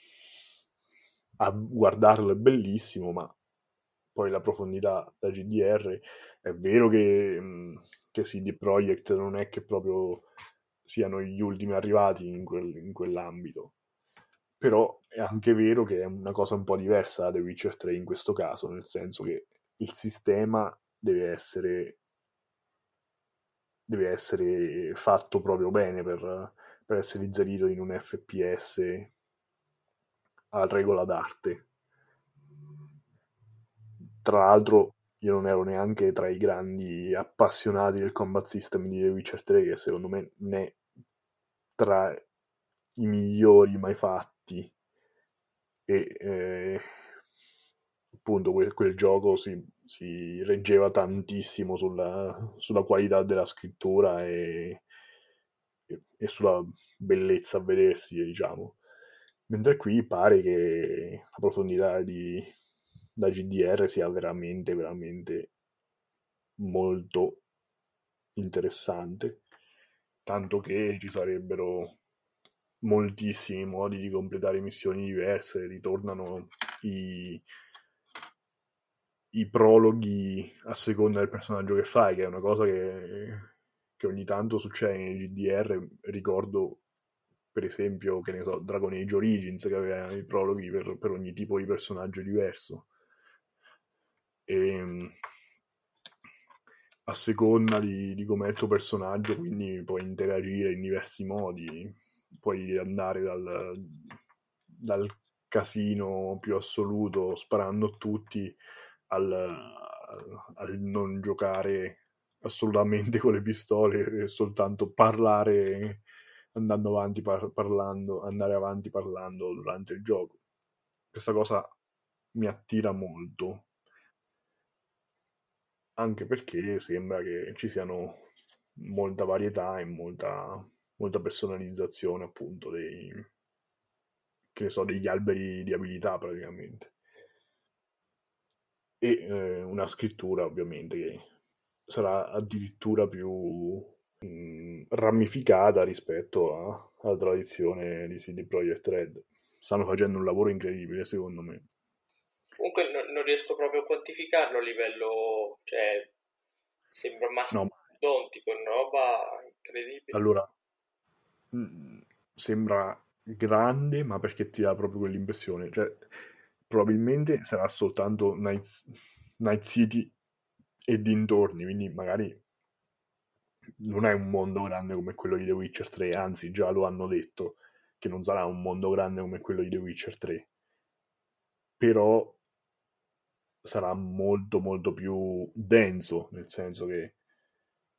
a guardarlo è bellissimo, ma poi la profondità da G D R è vero che, mh, che C D Projekt non è che proprio siano gli ultimi arrivati in, quel- in quell'ambito, però è anche vero che è una cosa un po' diversa da The Witcher tre in questo caso, nel senso che il sistema deve essere, deve essere fatto proprio bene per, per essere inserito in un F P S a regola d'arte. Tra l'altro io non ero neanche tra i grandi appassionati del combat system di The Witcher tre, che secondo me non è tra i migliori mai fatti. E eh, appunto quel, quel gioco si, si reggeva tantissimo sulla, sulla qualità della scrittura e, e, e sulla bellezza a vedersi, diciamo. Mentre qui pare che la profondità di, da G D R sia veramente, veramente molto interessante, tanto che ci sarebbero moltissimi modi di completare missioni diverse, ritornano i, i prologhi a seconda del personaggio che fai, che è una cosa che, che ogni tanto succede nei G D R. Ricordo, per esempio, che ne so, Dragon Age Origins, che aveva i prologhi per, per ogni tipo di personaggio diverso. E, a seconda di, di com'è il tuo personaggio, quindi puoi interagire in diversi modi, puoi andare dal, dal casino più assoluto sparando a tutti al, al non giocare assolutamente con le pistole e soltanto parlare andando avanti par- parlando, andare avanti parlando durante il gioco. Questa cosa mi attira molto, anche perché sembra che ci siano molta varietà e molta, molta personalizzazione appunto dei, che ne so, degli alberi di abilità praticamente. E eh, una scrittura ovviamente che sarà addirittura più mh, ramificata rispetto a- alla tradizione di C D Projekt Red. Stanno facendo un lavoro incredibile secondo me. Comunque no- non riesco proprio a quantificarlo a livello, cioè, sembra No, mastodontico, una roba incredibile. allora, mh, sembra grande, ma perché ti dà proprio quell'impressione. Cioè, probabilmente sarà soltanto Night, Night City e dintorni, quindi magari non è un mondo grande come quello di The Witcher tre, anzi già lo hanno detto che non sarà un mondo grande come quello di The Witcher tre, però sarà molto molto più denso, nel senso che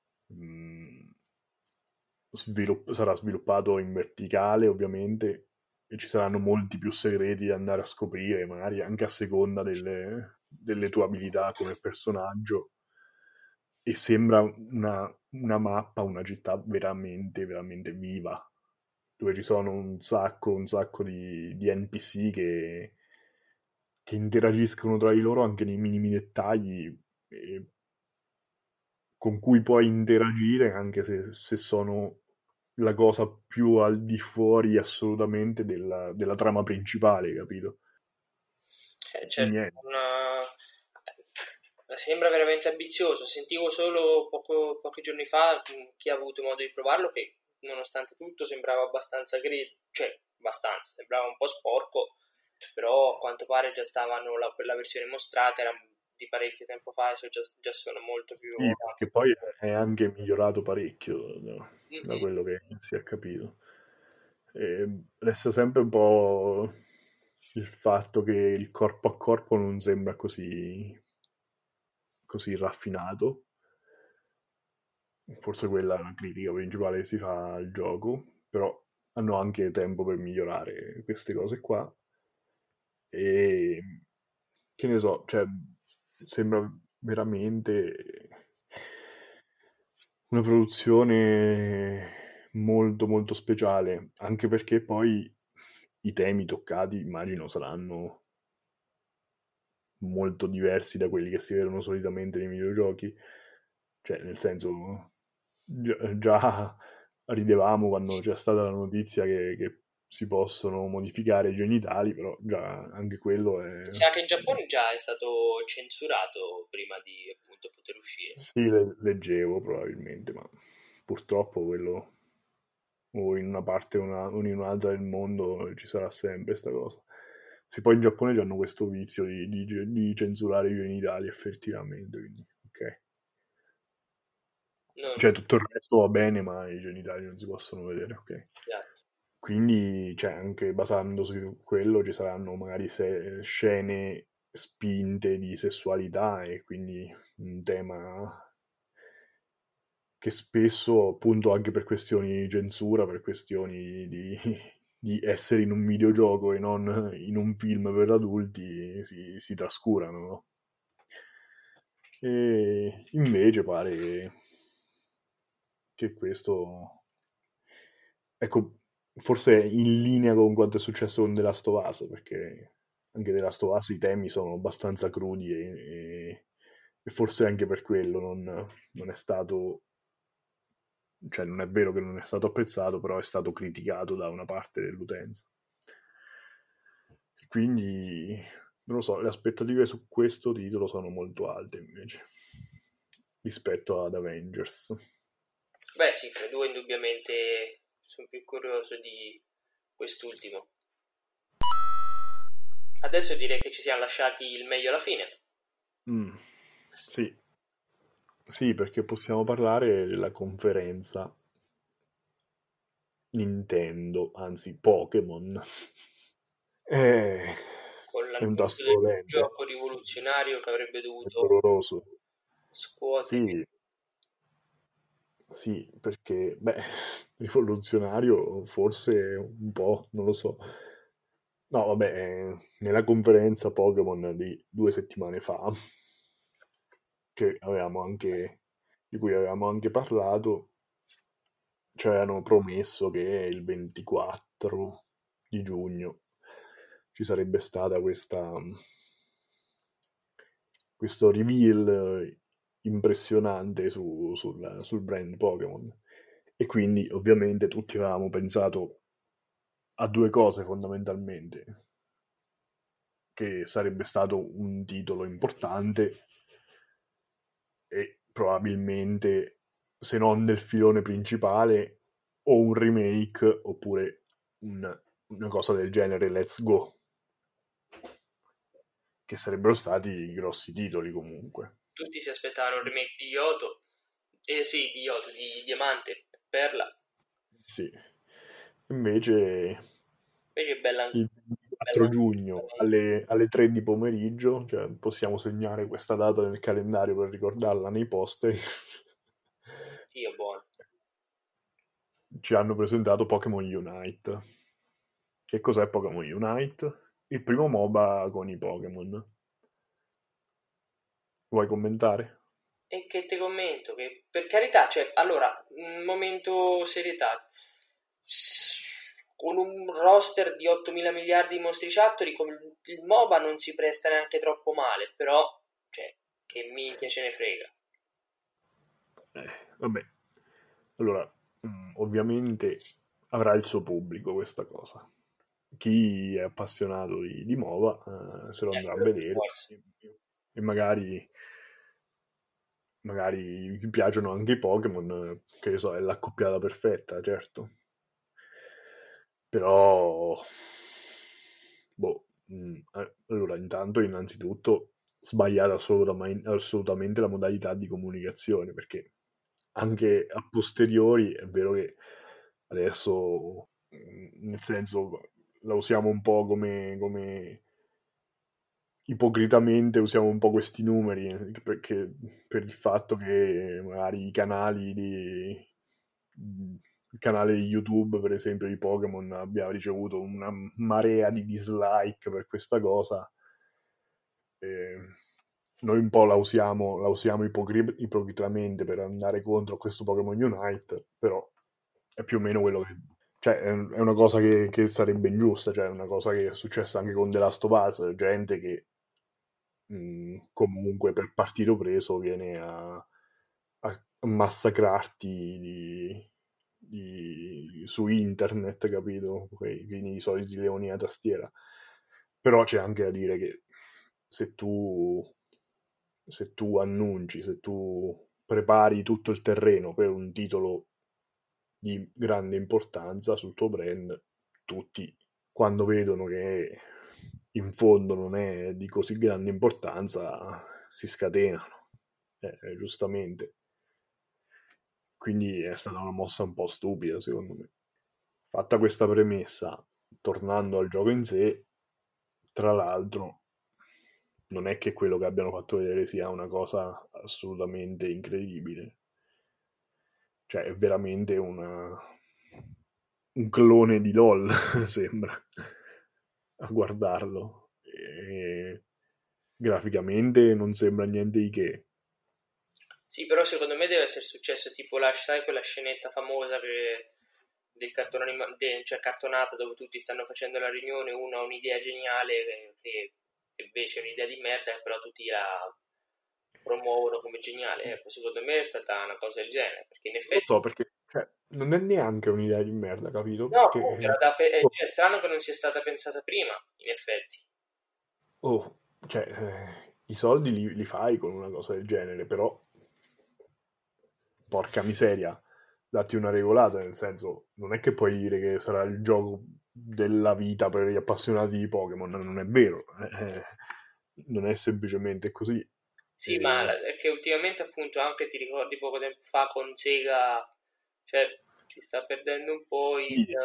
mh, svilupp- sarà sviluppato in verticale ovviamente e ci saranno molti più segreti da andare a scoprire, magari anche a seconda delle, delle tue abilità come personaggio. E sembra una, una mappa, una città veramente, veramente viva, dove ci sono un sacco, un sacco di, di N P C che, che interagiscono tra di loro anche nei minimi dettagli e con cui puoi interagire anche se, se sono la cosa più al di fuori assolutamente della, della trama principale, capito? Eh, E certo, niente. una... sembra veramente ambizioso. Sentivo solo poco- pochi giorni fa mh, chi ha avuto modo di provarlo che nonostante tutto sembrava abbastanza gre- cioè abbastanza, sembrava un po' sporco, però a quanto pare già stavano la, quella versione mostrata, era di parecchio tempo fa, adesso già, già sono molto più Sì, avanti. perché poi è anche migliorato parecchio da, da Mhm. quello che si è capito. E resta sempre un po' il fatto che il corpo a corpo non sembra così, così raffinato. Forse quella è la critica principale che si fa al gioco, però hanno anche tempo per migliorare queste cose qua. E che ne so, cioè, sembra veramente una produzione molto molto speciale, anche perché poi i temi toccati, immagino, saranno molto diversi da quelli che si vedono solitamente nei videogiochi. Cioè, nel senso, gi- già ridevamo quando c'è stata la notizia che, che si possono modificare i genitali, però già anche quello è... Mi sa che in Giappone già è stato censurato prima di appunto poter uscire. Sì, le- leggevo probabilmente, ma purtroppo quello o in una parte o una- o in un'altra del mondo ci sarà sempre questa cosa. Sì, poi in Giappone hanno questo vizio di, di- di censurare i genitali effettivamente, quindi ok. Non... Cioè tutto il resto va bene, ma i genitali non si possono vedere, ok. Esatto. Quindi, cioè, anche basandosi su quello ci saranno magari se- scene spinte di sessualità e quindi un tema che spesso, appunto, anche per questioni di censura, per questioni di, di essere in un videogioco e non in un film per adulti, si, si trascurano, no? E invece pare che, che questo, ecco, forse è in linea con quanto è successo con The Last of Us, perché anche The Last of Us i temi sono abbastanza crudi e, e- e forse anche per quello non, non è stato, cioè non è vero che non è stato apprezzato, però è stato criticato da una parte dell'utenza. Quindi, non lo so, le aspettative su questo titolo sono molto alte invece, rispetto ad Avengers. Beh, sì, fra i due indubbiamente sono più curioso di quest'ultimo. Adesso direi che ci siamo lasciati il meglio alla fine. Mm, sì, sì, perché possiamo parlare della conferenza Nintendo, anzi Pokémon. Eh, Con è un l'annuncio tasto del dolente, gioco rivoluzionario che avrebbe è dovuto doloroso. scuotere. Sì, sì, perché, beh, rivoluzionario forse un po', non lo so. No, vabbè, eh, nella conferenza Pokémon di due settimane fa, che avevamo anche, di cui avevamo anche parlato, ci avevano promesso che il ventiquattro di giugno ci sarebbe stata questa, questo reveal impressionante su- sul, sul brand Pokémon. E quindi ovviamente tutti avevamo pensato a due cose fondamentalmente, che sarebbe stato un titolo importante e probabilmente, se non del filone principale, o un remake oppure un- una cosa del genere, Let's Go, che sarebbero stati i grossi titoli comunque. Tutti si aspettavano un remake di Yoto. Eh sì, di Yoto, di Diamante, Perla. Sì. Invece Invece è bella, il bella ventiquattro giugno alle, alle tre di pomeriggio, cioè possiamo segnare questa data nel calendario per ricordarla nei posteri, Dio buono. ci hanno presentato Pokémon Unite. Che cos'è Pokémon Unite? Il primo MOBA con i Pokémon. Vuoi commentare? E che te commento, che per carità, cioè, allora, un momento serietà. S- Con un roster di ottomila miliardi di mostriciattoli, come il il MOBA non si presta neanche troppo male, però, cioè, che minchia ce ne frega. Eh, vabbè, allora, mm, ovviamente avrà il suo pubblico questa cosa. Chi è appassionato di, di MOBA eh, se lo Eh, andrà a quello per vedere forza. e, e magari, magari gli piacciono anche i Pokémon, eh, che ne so, è l'accoppiata perfetta, certo. Però, boh, mm, eh, allora intanto innanzitutto sbagliata assolutamente, assolutamente la modalità di comunicazione, perché anche a posteriori è vero che adesso, mm, nel senso, la usiamo un po' come, come ipocritamente usiamo un po' questi numeri eh, perché per il fatto che magari i canali di il canale di YouTube, per esempio, di Pokémon abbia ricevuto una marea di dislike per questa cosa. E noi un po' la usiamo, la usiamo ipocri- ipocritamente per andare contro questo Pokémon Unite, però è più o meno quello che... Cioè, è un- è una cosa che, che sarebbe ingiusta, cioè è una cosa che è successa anche con The Last of Us, gente che mh, comunque per partito preso viene a, a massacrarti di- di- su internet, capito? Quei, quei soliti leoni a tastiera. Però c'è anche da dire che se tu, se tu annunci, se tu prepari tutto il terreno per un titolo di grande importanza sul tuo brand, tutti quando vedono che in fondo non è di così grande importanza si scatenano, eh, eh, giustamente. Quindi è stata una mossa un po' stupida, secondo me. Fatta questa premessa, tornando al gioco in sé, tra l'altro, non è che quello che abbiano fatto vedere sia una cosa assolutamente incredibile. Cioè, è veramente una... un clone di LOL, sembra, a guardarlo. E... graficamente non sembra niente di che. Sì, però secondo me deve essere successo tipo la, sai, quella scenetta famosa che- del cartone anima- de- cioè cartonata dove tutti stanno facendo la riunione, uno ha un'idea geniale che, che invece è un'idea di merda, però tutti la promuovono come geniale. Ecco, secondo me è stata una cosa del genere, perché in Non lo effetti so perché cioè, non è neanche un'idea di merda, capito? no, Perché appunto, eh, era da fe- eh, oh, cioè, è strano che non sia stata pensata prima, in effetti. oh, cioè, eh, i soldi li, li fai con una cosa del genere, però porca miseria, datti una regolata, nel senso, non è che puoi dire che sarà il gioco della vita per gli appassionati di Pokémon, non è vero, eh, non è semplicemente così. Sì, ma Eh, la- è che ultimamente appunto anche ti ricordi poco tempo fa con Sega, cioè si sta perdendo un po' il sì,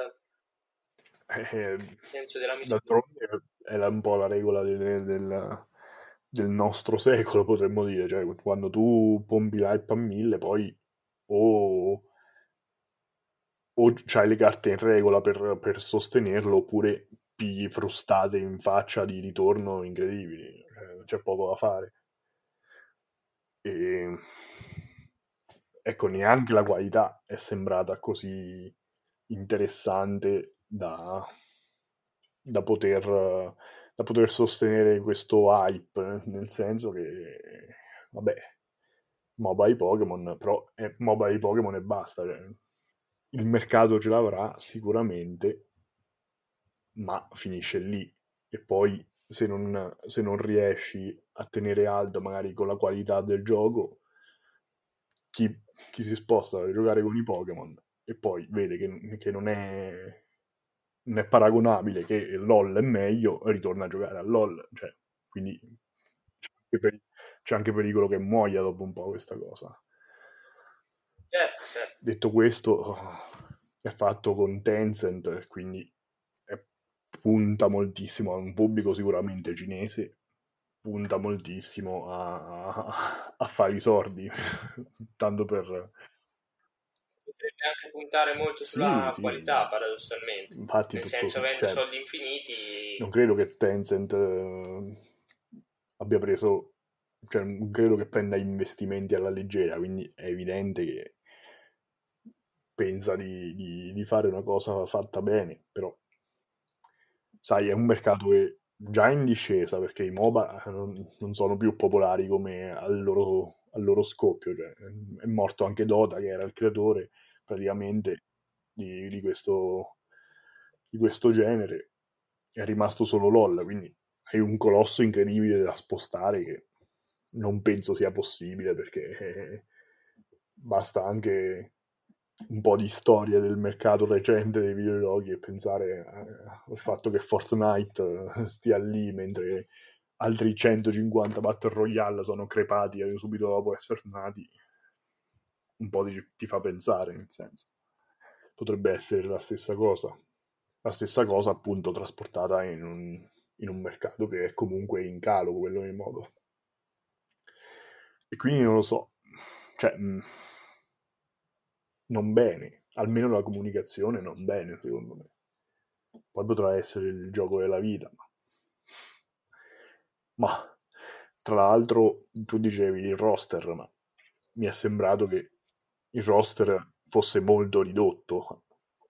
eh, senso della misura. d'altronde è la- un po' la regola del, del- del nostro secolo, potremmo dire, cioè quando tu pompi l'hype a mille, poi o o c'hai le carte in regola per, per sostenerlo, oppure pigli frustate in faccia di ritorno incredibili. Cioè, c'è poco da fare. E ecco, neanche la qualità è sembrata così interessante da, da poter, da poter sostenere questo hype, nel senso che, vabbè, MOBA di Pokémon, però è MOBA di Pokémon e basta. Cioè, il mercato ce l'avrà sicuramente, ma finisce lì. E poi se non, se non riesci a tenere alto magari con la qualità del gioco, chi, chi si sposta a giocare con i Pokémon e poi vede che, che non è, non è paragonabile, che LOL è meglio, ritorna a giocare a LOL. Cioè, quindi c'è anche, peri- c'è anche pericolo che muoia dopo un po' questa cosa. Certo, certo. Detto questo, è fatto con Tencent, quindi è- punta moltissimo a un pubblico sicuramente cinese, punta moltissimo a, a- a fare i sordi, tanto per... potrebbe anche puntare molto Sì, sulla sì. qualità, paradossalmente. Infatti, Nel tutto, senso, avendo cioè, soldi infiniti... non credo che Tencent eh, abbia preso, cioè non credo che prenda investimenti alla leggera, quindi è evidente che pensa di, di- di fare una cosa fatta bene, però sai, è un mercato che già è in discesa perché i MOBA non, non sono più popolari come al loro, al loro scoppio, cioè, è morto anche Dota che era il creatore praticamente di, di questo, di questo genere, è rimasto solo LOL, quindi hai un colosso incredibile da spostare che non penso sia possibile perché eh, basta anche un po' di storia del mercato recente dei videogiochi e pensare eh, al fatto che Fortnite eh, stia lì mentre altri centocinquanta Battle Royale sono crepati subito dopo essere nati, un po' ti, ti fa pensare, nel senso. Potrebbe essere la stessa cosa. La stessa cosa appunto trasportata in un, in un mercato che è comunque in calo, quello in modo. E quindi non lo so, cioè, mh, non bene, almeno la comunicazione non bene, secondo me. Poi potrà essere il gioco della vita, ma, ma tra l'altro tu dicevi il roster, ma mi è sembrato che il roster fosse molto ridotto.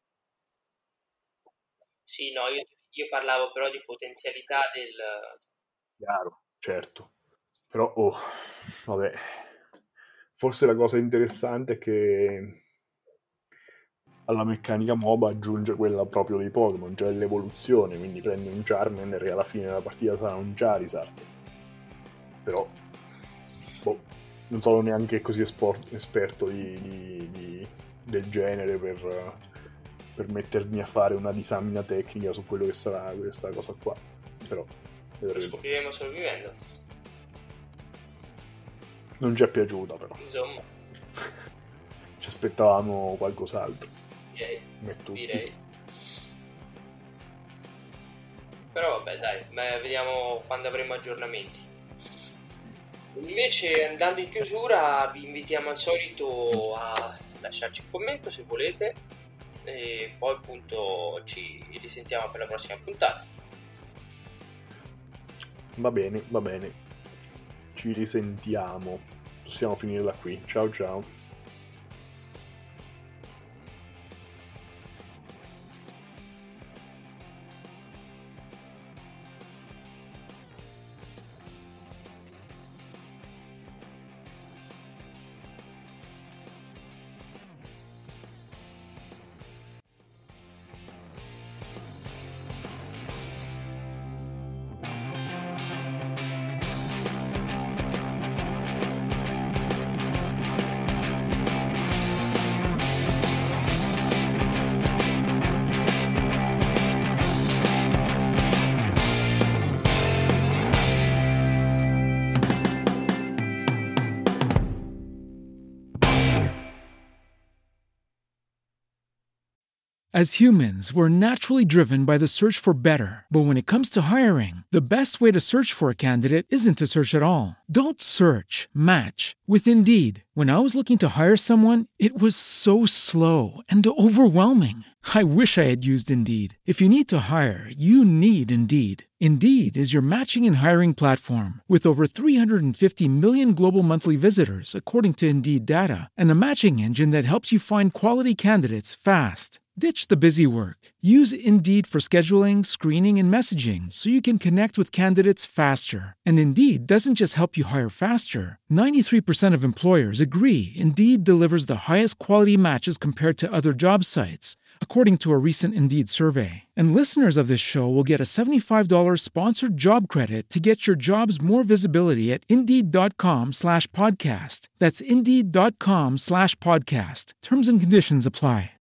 Sì, no, io, io parlavo però di potenzialità del... Chiaro, certo. Però, oh, vabbè, forse la cosa interessante è che alla meccanica MOBA aggiunge quella proprio dei Pokémon, cioè l'evoluzione, quindi prendi un Charmander e alla fine della partita sarà un Charizard. Però, boh, non sono neanche così espor- esperto di, di- di- del genere per, per mettermi a fare una disamina tecnica su quello che sarà questa cosa qua. Però, Lo vedremo. scopriremo solo vivendo. Non ci è piaciuta però. Insomma, Ci aspettavamo qualcos'altro. direi. Come tutti. direi. Però vabbè, dai, beh, vediamo quando avremo aggiornamenti. Invece, andando in chiusura, vi invitiamo al solito a lasciarci un commento se volete e poi appunto ci risentiamo per la prossima puntata. Va bene, va bene. Ci risentiamo. Possiamo finirla qui. Ciao ciao. As humans, we're naturally driven by the search for better. But when it comes to hiring, the best way to search for a candidate isn't to search at all. Don't search, match with Indeed. When I was looking to hire someone, it was so slow and overwhelming. I wish I had used Indeed. If you need to hire, you need Indeed. Indeed is your matching and hiring platform with over three hundred fifty million global monthly visitors, according to Indeed data, and a matching engine that helps you find quality candidates fast. Ditch the busy work. Use Indeed for scheduling, screening, and messaging so you can connect with candidates faster. And Indeed doesn't just help you hire faster. ninety-three percent of employers agree Indeed delivers the highest quality matches compared to other job sites, according to a recent Indeed survey. And listeners of this show will get a seventy-five dollars sponsored job credit to get your jobs more visibility at Indeed.com slash podcast. That's Indeed.com slash podcast. Terms and conditions apply.